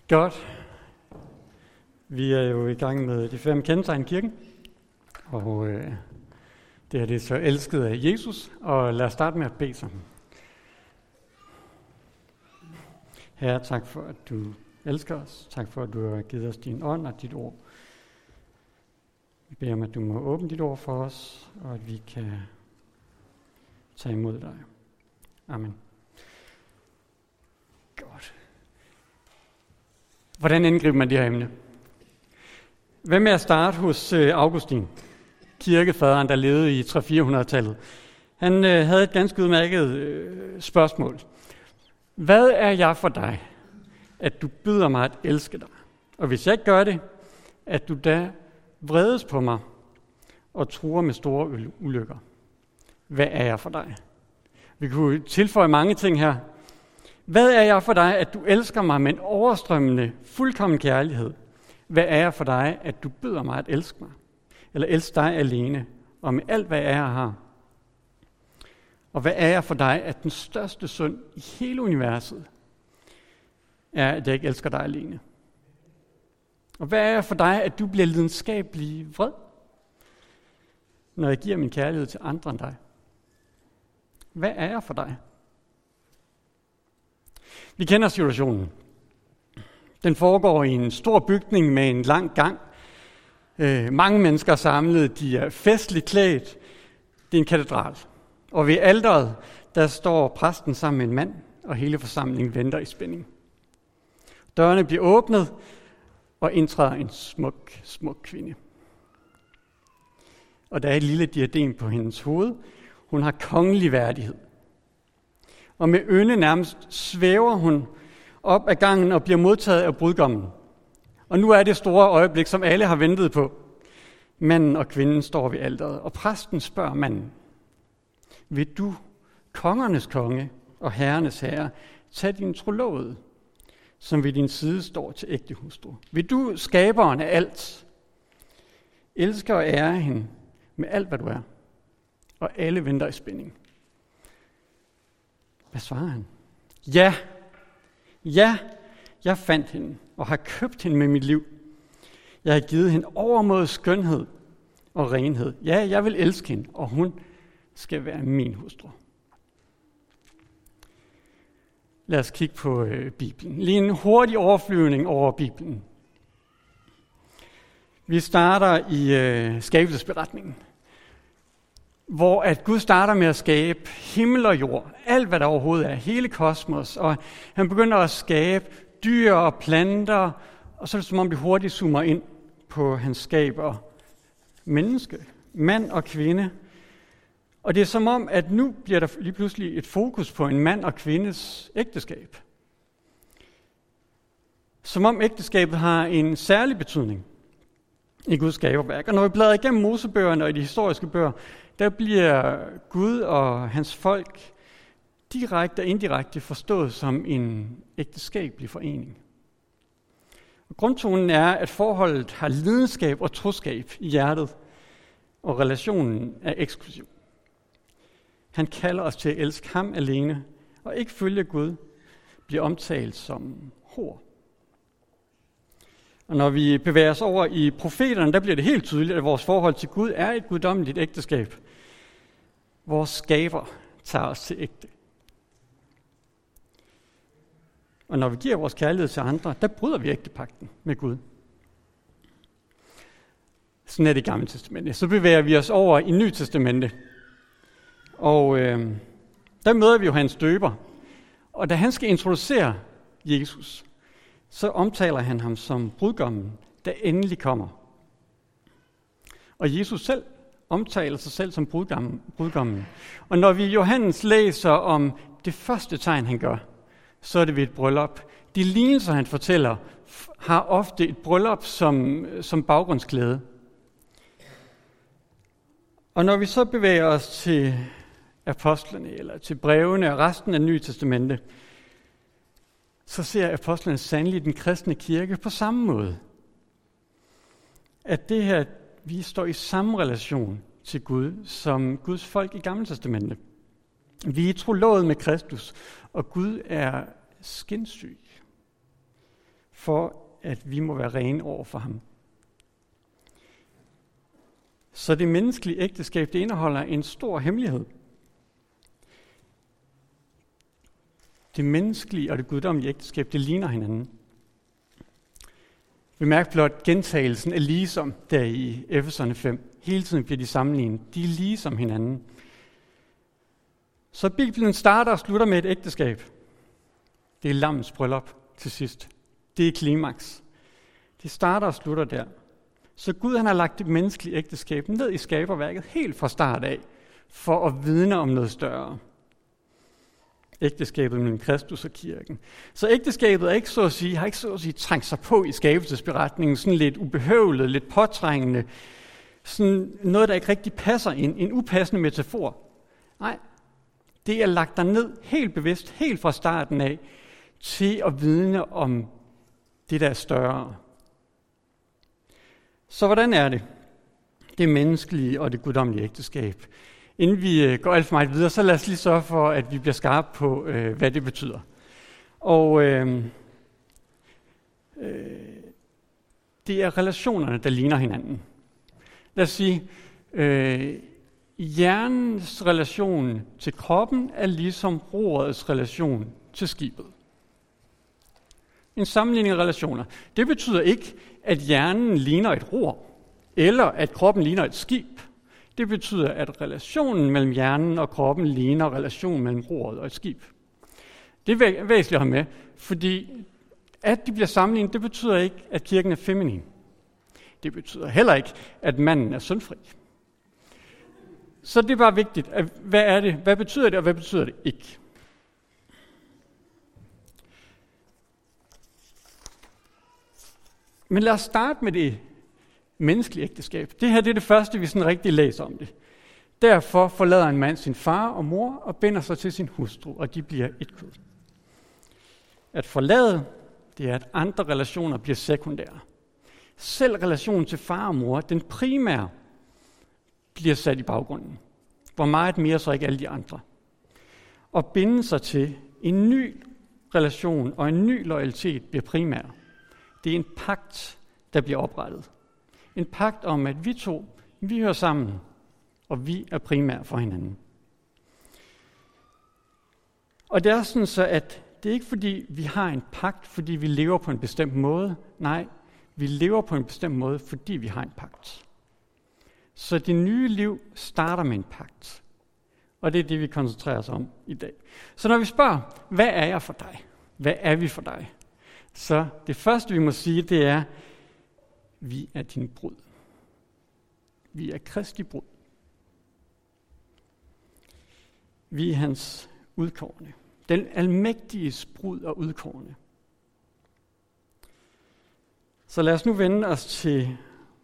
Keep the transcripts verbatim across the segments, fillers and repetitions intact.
Godt. Vi er jo i gang med de fem kendetegn i kirken, og øh, det her det er så elsket af Jesus, og lad os starte med at bede sammen. Herre, tak for, at du elsker os. Tak for, at du har givet os din ånd og dit ord. Vi beder om, at du må åbne dit ord for os, og at vi kan tage imod dig. Amen. Godt. Hvordan angriber man det her emne? Hvad med at starte hos Augustin, kirkefaderen, der levede i tre hundrede til fire hundrede-tallet? Han øh, havde et ganske udmærket øh, spørgsmål. Hvad er jeg for dig, at du byder mig at elske dig? Og hvis jeg ikke gør det, at du da vredes på mig og truer med store ulykker. Hvad er jeg for dig? Vi kunne tilføje mange ting her. Hvad er jeg for dig, at du elsker mig med en overstrømmende, fuldkommen kærlighed? Hvad er jeg for dig, at du byder mig at elske mig? Eller elske dig alene, og med alt, hvad jeg har? Og hvad er jeg for dig, at den største synd i hele universet er, at jeg ikke elsker dig alene? Og hvad er jeg for dig, at du bliver lidenskabelig vred, når jeg giver min kærlighed til andre end dig? Hvad er jeg for dig? Vi kender situationen. Den foregår i en stor bygning med en lang gang. Øh, mange mennesker er samlet, de er festligt klædt. Det er en katedral. Og ved alteret, der står præsten sammen med en mand, og hele forsamlingen venter i spænding. Dørene bliver åbnet, og indtræder en smuk, smuk kvinde. Og der er et lille diadem på hendes hoved. Hun har kongelig værdighed. Og med ynde nærmest svæver hun op ad gangen og bliver modtaget af brudgommen. Og nu er det store øjeblik, som alle har ventet på. Manden og kvinden står ved alteret, og præsten spørger manden: Vil du, kongernes konge og herrenes herre, tage din trolovede, som ved din side står til ægte hustru? Vil du, skaberen af alt, elske og ære hende med alt, hvad du er? Og alle venter i spænding. Hvad svarer han? Ja, ja, jeg fandt hende og har købt hende med mit liv. Jeg har givet hende overmåde skønhed og renhed. Ja, jeg vil elske hende, og hun skal være min hustru. Lad os kigge på øh, Bibelen. Lige en hurtig overflyvning over Bibelen. Vi starter i øh, skabelsesberetningen, hvor at Gud starter med at skabe himmel og jord, alt hvad der overhovedet er, hele kosmos, og han begynder at skabe dyr og planter, og så er det som om det hurtigt zoomer ind på hans skaber menneske, mand og kvinde. Og det er som om, at nu bliver der lige pludselig et fokus på en mand og kvindes ægteskab. Som om ægteskabet har en særlig betydning i Guds skaberværk. Og når vi bladrer igennem Mosebøgerne og i de historiske bøger, der bliver Gud og hans folk direkte og indirekte forstået som en ægteskabelig forening. Og grundtonen er, at forholdet har lidenskab og troskab i hjertet, og relationen er eksklusiv. Han kalder os til at elske ham alene, og ikke følge Gud, bliver omtalt som hor. Og når vi bevæger os over i profeterne, der bliver det helt tydeligt, at vores forhold til Gud er et guddommeligt ægteskab. Vores skaber tager os til ægte. Og når vi giver vores kærlighed til andre, der bryder vi ægtepagten med Gud. Sådan er det i Gamle Testamente. Så bevæger vi os over i Nye Testamente. Og øh, der møder vi Johannes Døber. Og da han skal introducere Jesus, så omtaler han ham som brudgommen, der endelig kommer. Og Jesus selv omtaler sig selv som brudgommen. Og når vi i Johannes læser om det første tegn, han gør, så er det ved et bryllup. De lignelser, han fortæller, har ofte et bryllup som, som baggrundsklæde. Og når vi så bevæger os til apostlene, eller til brevene og resten af Nye Testamente, så ser apostlene sandelig den kristne kirke på samme måde. At det her, vi står i samme relation til Gud, som Guds folk i Gamle Testamente. Vi er trolovet med Kristus, og Gud er skinsyg. for at vi må være rene over for ham. Så det menneskelige ægteskab, det indeholder en stor hemmelighed. Det menneskelige og det guddommelige ægteskab, det ligner hinanden. Vi mærker blot gentagelsen af ligesom der i Efeserne fem. Hele tiden bliver de sammenlignet. De er ligesom hinanden. Så Bibelen starter og slutter med et ægteskab. Det er lammets bryllup til sidst. Det er klimaks. Det starter og slutter der. Så Gud han har lagt det menneskelige ægteskab ned i skaberværket helt fra start af, for at vidne om noget større. Ægteskabet mellem Kristus og kirken. Så ægteskabet er ikke så at sige, har ikke så at sige trængt sig på i skabelsesberetningen, sådan lidt ubehøvlet, lidt påtrængende, sådan noget, der ikke rigtig passer ind, en upassende metafor. Nej, det er lagt der ned helt bevidst, helt fra starten af, til at vidne om det, der er større. Så hvordan er det? Det menneskelige og det guddommelige ægteskab. Inden vi går alt for meget videre, så lad os lige sørge for, at vi bliver skarpe på, øh, hvad det betyder. Og øh, øh, det er relationerne, der ligner hinanden. Lad os sige, øh, hjernens relation til kroppen er ligesom rorets relation til skibet. En sammenligning af relationer. Det betyder ikke, at hjernen ligner et ror, eller at kroppen ligner et skib. Det betyder, at relationen mellem hjernen og kroppen ligner relationen mellem roret og et skib. Det er væsentligt at have med, fordi at de bliver sammenlignet, det betyder ikke, at kirken er feminin. Det betyder heller ikke, at manden er syndfri. Så det er bare vigtigt, at hvad er det, hvad betyder det, og hvad betyder det ikke? Men lad os starte med det menneskelige ægteskab. Det her det er det første, vi sådan rigtig læser om det. Derfor forlader en mand sin far og mor og binder sig til sin hustru, og de bliver et kød. At forlade, det er, at andre relationer bliver sekundære. Selv relationen til far og mor, den primære, bliver sat i baggrunden. Hvor meget mere så ikke alle de andre. Og binde sig til en ny relation og en ny loyalitet bliver primær. Det er en pagt, der bliver oprettet. En pagt om, at vi to, vi hører sammen, og vi er primære for hinanden. Og det er sådan så, at det er ikke fordi, vi har en pagt, fordi vi lever på en bestemt måde. Nej, vi lever på en bestemt måde, fordi vi har en pagt. Så det nye liv starter med en pagt. Og det er det, vi koncentrerer os om i dag. Så når vi spørger, hvad er jeg for dig? Hvad er vi for dig? Så det første, vi må sige, det er, vi er din brud. Vi er Kristi brud. Vi er hans udkårne. Den almægtige brud og udkårne. Så lad os nu vende os til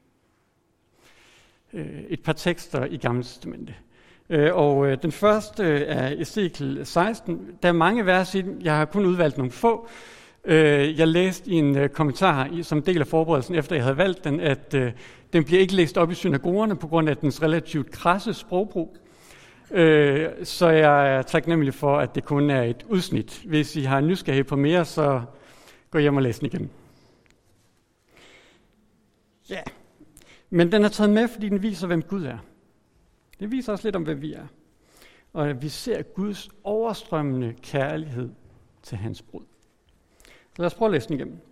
øh, et par tekster i Gamle Testamente. Øh, og øh, den første er Ezekiel seksten. Der er mange vers i den. Jeg har kun udvalgt nogle få. Øh, jeg læste i en øh, kommentar i, som del af forberedelsen, efter jeg havde valgt den, at øh, den bliver ikke læst op i synagogerne på grund af dens relativt krasse sprogbrug. Øh, så jeg er taknemmelig for, at det kun er et udsnit. Hvis I har nysgerrighed på mere, så gå hjem og læs den igen. Ja, yeah. Men den er taget med, fordi den viser, hvem Gud er. Det viser os lidt om, hvem vi er. Og vi ser Guds overstrømmende kærlighed til hans brud. Så lad os prøve at læse den igennem.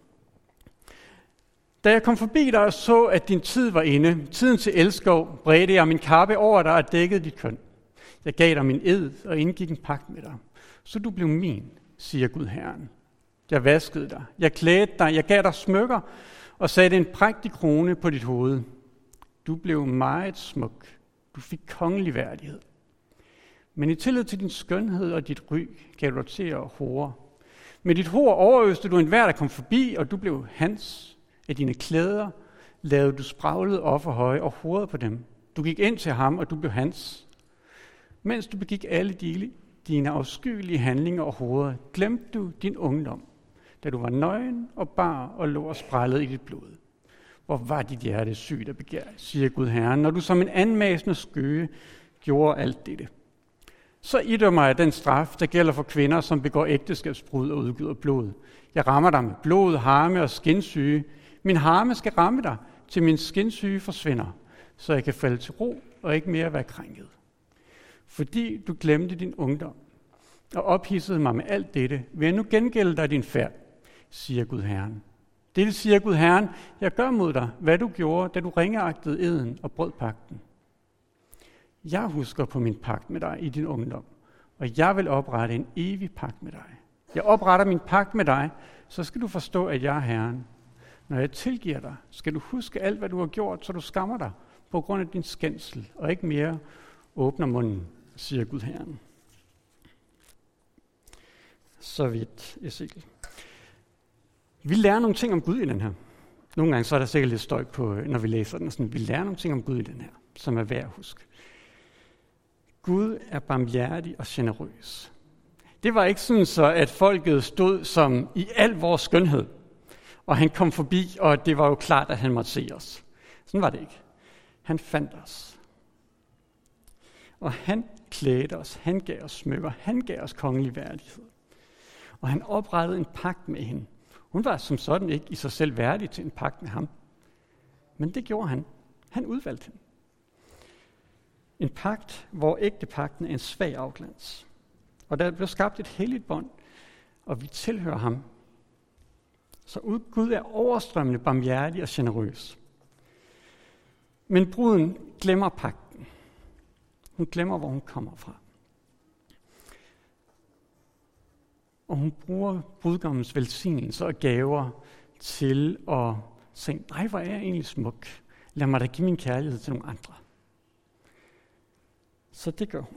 Da jeg kom forbi dig og så, at din tid var inde, tiden til elskov, bredte jeg min kappe over dig og dækkede dit køn. Jeg gav dig min ed og indgik en pagt med dig. Så du blev min, siger Gud Herren. Jeg vaskede dig, jeg klædte dig, jeg gav dig smykker og satte en prægtig krone på dit hoved. Du blev meget smuk. Du fik kongelig værdighed. Men i tillid til din skønhed og dit ry gav du dig til at hore. Med dit hår overøste du enhver, der kom forbi, og du blev hans. Af dine klæder lavede du spraglede offerhøje og horede på dem. Du gik ind til ham, og du blev hans. Mens du begik alle de, dine afskyelige handlinger og hoveder, glemte du din ungdom, da du var nøgen og bar og lå og sprællede i dit blod. Hvor var dit hjerte sygt og begær, siger Gud Herren, når du som en anmasende skøge gjorde alt dette. så idømmer jeg den straf, der gælder for kvinder, som begår ægteskabsbrud og udgyder blod. Jeg rammer dig med blod, harme og skinsyge. Min harme skal ramme dig, til min skinsyge forsvinder, så jeg kan falde til ro og ikke mere være krænket. Fordi du glemte din ungdom og ophidsede mig med alt dette, vil jeg nu gengælde dig din færd, siger Gud Herren. Dette siger Gud Herren, jeg gør mod dig, hvad du gjorde, da du ringeagtede eden og brød pagten. Jeg husker på min pagt med dig i din ungdom, og jeg vil oprette en evig pagt med dig. Jeg opretter min pagt med dig, så skal du forstå, at jeg er Herren. Når jeg tilgiver dig, skal du huske alt, hvad du har gjort, så du skammer dig på grund af din skændsel, og ikke mere åbner munden, siger Gud Herren. Så vidt Ezekiel. Vi lærer nogle ting om Gud i den her. Nogle gange så er der sikkert lidt støj på, når vi læser den. Sådan, vi lærer nogle ting om Gud i den her, som er værd at huske. Gud er barmhjertig og generøs. Det var ikke sådan så, at folket stod som i al vores skønhed, og han kom forbi, og det var jo klart, at han måtte se os. Sådan var det ikke. Han fandt os. Og han klædte os, han gav os smykker, han gav os kongelig værdighed. Og han oprettede en pagt med hende. Hun var som sådan ikke i sig selv værdig til en pagt med ham. Men det gjorde han. Han udvalgte hende. En pagt, hvor ægtepagten er en svag afglans. Og der blev skabt et helligt bånd, og vi tilhører ham. Så Gud er overstrømmende, barmhjertig og generøs. Men bruden glemmer pagten. Hun glemmer, hvor hun kommer fra. Og hun bruger brudgommens velsignelser og gaver til at sige, nej, hvor er jeg egentlig smuk. Lad mig da give min kærlighed til nogle andre. Så det gør hun.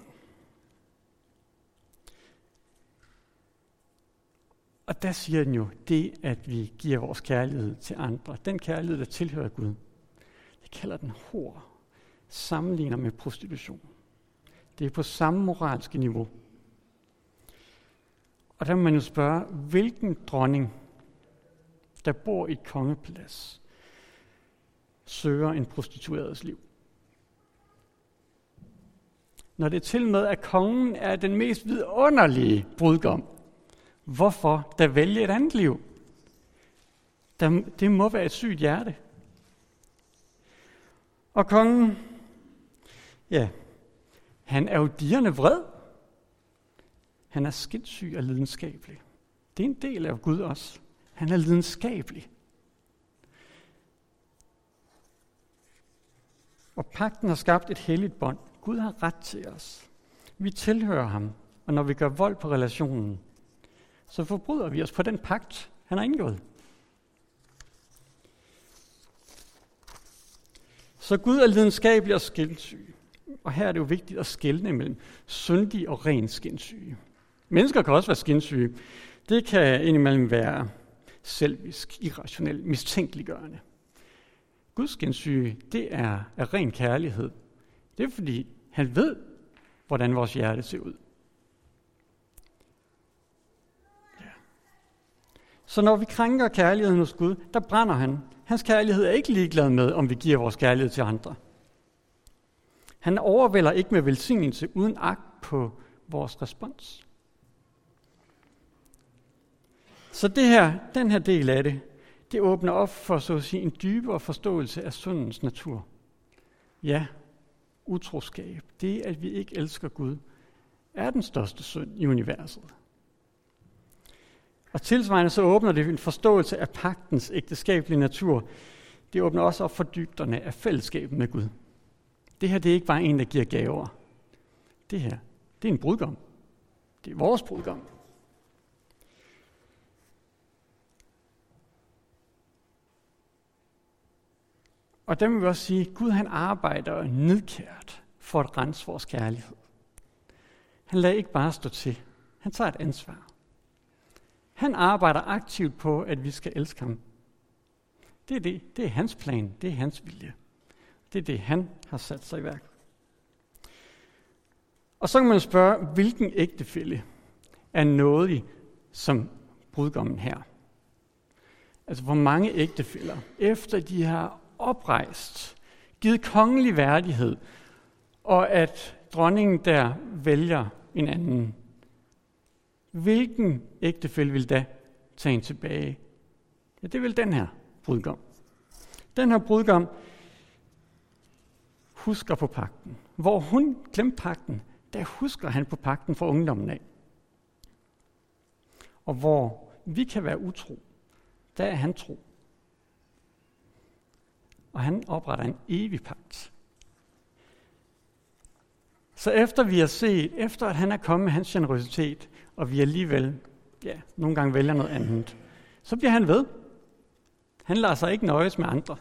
Og der siger den jo, det at vi giver vores kærlighed til andre, den kærlighed, der tilhører Gud, det kalder den hor, sammenligner med prostitution. Det er på samme moralske niveau. Og der må man jo spørge, hvilken dronning, der bor i et kongeplads, søger en prostitueredes liv? Når det er til med, at kongen er den mest vidunderlige brudgom, hvorfor der vælge et andet liv? Der, det må være et sygt hjerte. Og kongen, ja, han er jo dirrende vred. Han er skidsyg og lidenskabelig. Det er en del af Gud også. Han er lidenskabelig. Og pagten har skabt et helligt bånd. Gud har ret til os. Vi tilhører ham, og når vi gør vold på relationen, så forbryder vi os på den pagt, han har indgået. Så Gud er lidenskabelig og skindsyg. Og her er det jo vigtigt at skelne mellem syndig og ren skindsyge. Mennesker kan også være skindsyge. Det kan indimellem være selvisk, irrationelt, mistænkeliggørende. Guds skindsyge, det er af ren kærlighed. Det er fordi, han ved, hvordan vores hjerte ser ud. Ja. Så når vi krænker kærligheden hos Gud, der brænder han. Hans kærlighed er ikke ligeglad med, om vi giver vores kærlighed til andre. Han overvælder ikke med velsignelse uden agt på vores respons. Så det her, den her del af det, det åbner op for så at sige, en dybere forståelse af syndens natur. Ja, utroskab, det at vi ikke elsker Gud, er den største synd i universet. Og tilsvarende så åbner det en forståelse af pagtens ægteskabelige natur. Det åbner også op for dybderne af fællesskabet med Gud. Det her, det er ikke bare en, der giver gaver. Det her, det er en brudgom. Det er vores brudgom. Og der vil vi også sige, at Gud han arbejder nidkært for at rense vores kærlighed. Han lader ikke bare stå til. Han tager et ansvar. Han arbejder aktivt på, at vi skal elske ham. Det er det. Det er hans plan. Det er hans vilje. Det er det, han har sat sig i værk. Og så kan man spørge, hvilken ægtefælle er nådig som brudgommen her? Altså, hvor mange ægtefæller, efter de har oprejst, givet kongelig værdighed, og at dronningen der vælger en anden, hvilken ægtefælle vil da tage en tilbage? Ja, det vil den her brudgom. Den her brudgom husker på pagten. Hvor hun glemte pagten, der husker han på pagten fra ungdommen af. Og hvor vi kan være utro, der er han tro. Og han opretter en evig pagt. Så efter vi har set, efter at han er kommet med hans generøsitet, og vi alligevel, ja, nogle gange vælger noget andet, så bliver han ved. Han lader sig ikke nøjes med andre.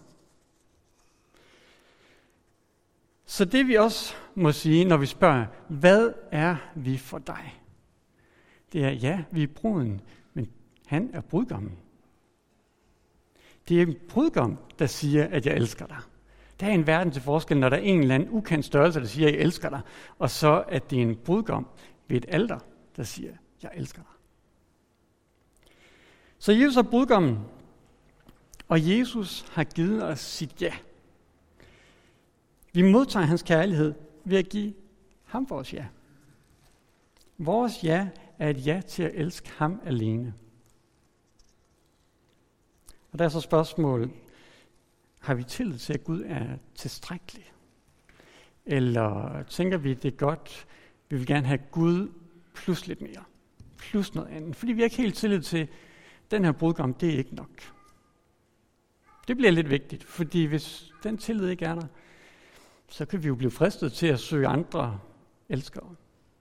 Så det vi også må sige, når vi spørger, hvad er vi for dig? Det er, ja, vi er bruden, men han er brudgommen. Det er en brudgom, der siger, at jeg elsker dig. Der er en verden til forskel, når der er en eller anden ukendt størrelse, der siger, at jeg elsker dig, og så at det er en brudgom ved et alter, der siger, jeg elsker dig. Så Jesus er brudgommen, og Jesus har givet os sit ja. Vi modtager hans kærlighed ved at give ham vores ja. Vores ja er et ja til at elske ham alene. Og der er så spørgsmålet, har vi tillid til, at Gud er tilstrækkelig? Eller tænker vi, det er godt, vi vil gerne have Gud plus lidt mere, plus noget andet? Fordi vi har ikke helt tillid til, den her brudgom, det er ikke nok. Det bliver lidt vigtigt, fordi hvis den tillid ikke er der, så kan vi jo blive fristet til at søge andre elskere.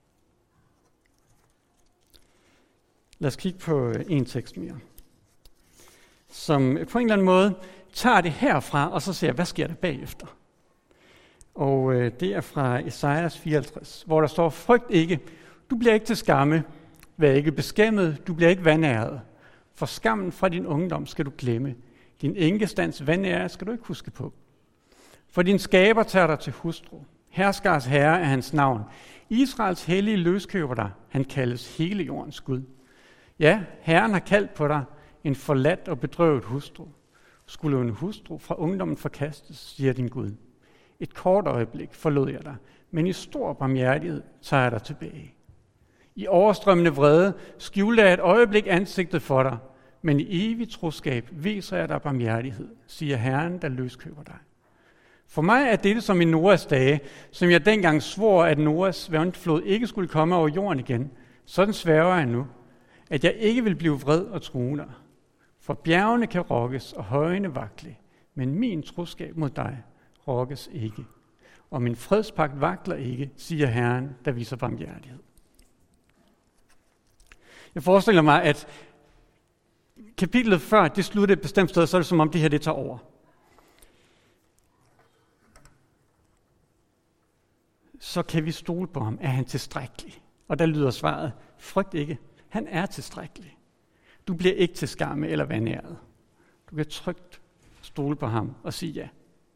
Lad os kigge på en tekst mere, som på en eller anden måde tager det herfra, og så ser, hvad sker der bagefter? Og øh, det er fra Esajas fireoghalvtreds, hvor der står, frygt ikke, du bliver ikke til skamme, vær ikke beskæmmet, du bliver ikke vanæret. For skammen fra din ungdom skal du glemme. Din enkestands vanære skal du ikke huske på. For din skaber tager dig til hustru. Herskars herre er hans navn. Israels hellige løskøber dig. Han kaldes hele jordens Gud. Ja, Herren har kaldt på dig, en forladt og bedrøvet hustru. Skulle en hustru fra ungdommen forkastes, siger din Gud. Et kort øjeblik forlod jeg dig, men i stor barmhjertighed tager jeg dig tilbage. I overstrømmende vrede skjulte jeg et øjeblik ansigtet for dig, men i evig troskab viser jeg dig barmhjertighed, siger Herren, der løskøber dig. For mig er dette som i Noas dage, som jeg dengang svor, at Noas vandflod ikke skulle komme over jorden igen. Sådan sværger jeg nu, at jeg ikke vil blive vred og true dig. For bjergene kan rokkes og højene vakle, men min troskab mod dig rokkes ikke. Og min fredspagt vakler ikke, siger Herren, der viser barmhjertighed. Jeg forestiller mig, at kapitlet før, det slutter et bestemt sted, så er det som om det her, det tager over. Så kan vi stole på ham. Er han tilstrækkelig? Og der lyder svaret, frygt ikke. Han er tilstrækkelig. Du bliver ikke til skamme eller vanæret. Du kan trygt stole på ham og sige ja.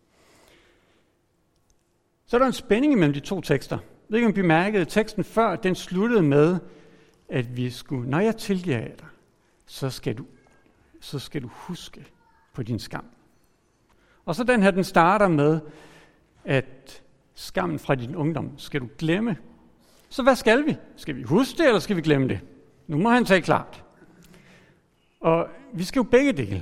Så er der en spænding imellem de to tekster. Jeg ved ikke, om I bemærkede, teksten før, den sluttede med, at vi skulle, når jeg tilgiver jer dig, så skal du, så skal du huske på din skam. Og så den her, den starter med, at skammen fra din ungdom skal du glemme. Så hvad skal vi? Skal vi huske det, eller skal vi glemme det? Nu må han tage klart. Og vi skal jo begge dele.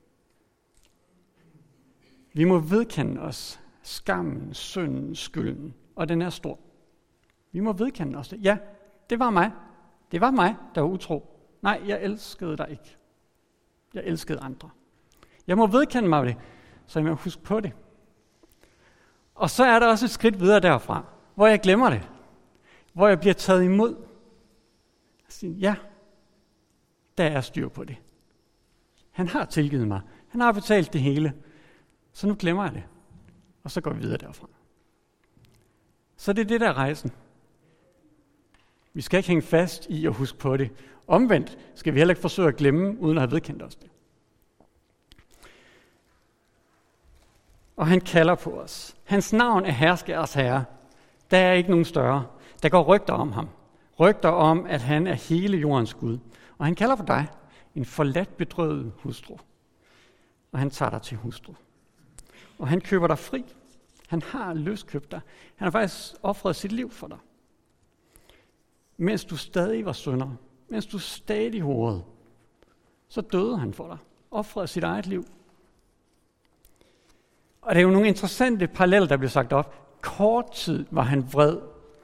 Vi må vedkende os skammen, synden, skylden, og den er stor. Vi må vedkende os det. Ja, det var mig. Det var mig, der var utro. Nej, jeg elskede dig ikke. Jeg elskede andre. Jeg må vedkende mig det, så jeg må huske på det. Og så er der også et skridt videre derfra, hvor jeg glemmer det. Hvor jeg bliver taget imod. Jeg siger, ja, der er styr på det. Han har tilgivet mig. Han har betalt det hele. Så nu glemmer jeg det. Og så går vi videre derfra. Så det er det der rejsen. Vi skal ikke hænge fast i at huske på det. Omvendt skal vi heller ikke forsøge at glemme, uden at have vedkendt os det. Og han kalder på os. Hans navn er herskers herre. Der er ikke nogen større. Der går rygter om ham. Rygter om, at han er hele jordens Gud. Og han kalder på dig en forladt bedrøvet hustru. Og han tager dig til hustru. Og han køber dig fri. Han har løskøbt dig. Han har faktisk offret sit liv for dig. mens du stadig var synder, mens du stadig horede, så døde han for dig, ofrede sit eget liv. Og det er jo nogle interessante paralleller, der bliver sagt op. Kort tid var han vred,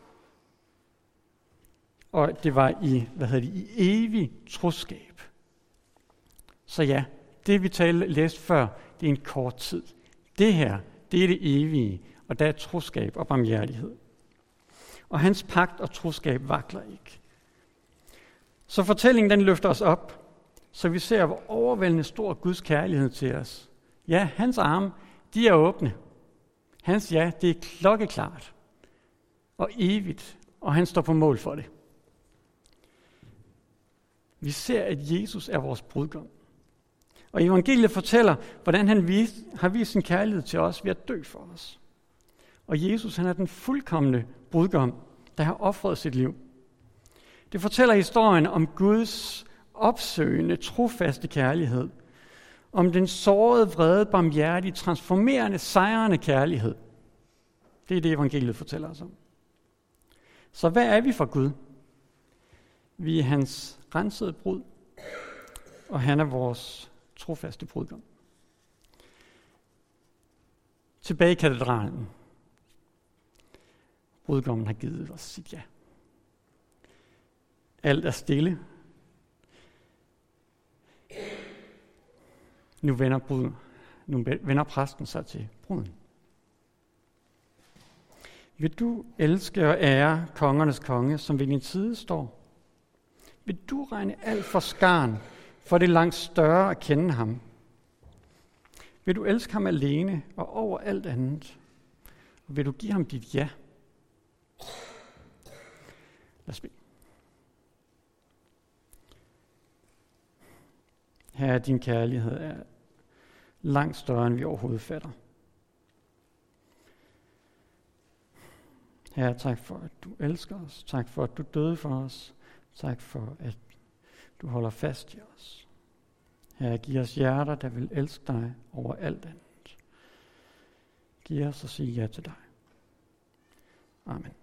og det var i, hvad hedder det, i evig troskab. Så ja, det vi talte, læste før, det er en kort tid. Det her, det er det evige, og der er troskab og barmhjertighed. Og hans pagt og troskab vakler ikke. Så fortællingen den løfter os op, så vi ser, hvor overvældende stor Guds kærlighed til os. Ja, hans arme, de er åbne. Hans ja, det er klokkeklart og evigt, og han står på mål for det. Vi ser, at Jesus er vores brudgom. Og evangeliet fortæller, hvordan han vis, har vist sin kærlighed til os ved at dø for os. Og Jesus, han er den fuldkomne brudgom, der har ofret sit liv. Det fortæller historien om Guds opsøgende, trofaste kærlighed. Om den sårede, vrede, barmhjertige, transformerende, sejrende kærlighed. Det er det, evangeliet fortæller os om. Så hvad er vi for Gud? Vi er hans rensede brud, og han er vores trofaste brudgom. Tilbage i katedralen. Brudgommen har givet os sit ja. Alt er stille. Nu vender, bruden, nu vender præsten sig til bruden. Vil du elske og ære kongernes konge, som ved din side står? Vil du regne alt for skarn, for det er langt større at kende ham? Vil du elske ham alene og over alt andet? Og vil du give ham dit ja? Lad os bede. Herre, din kærlighed er langt større, end vi overhovedet fatter. Herre, tak for, at du elsker os. Tak for, at du døde for os. Tak for, at du holder fast i os. Herre, giv os hjerter, der vil elske dig over alt andet. Giv os at sige ja til dig. Amen.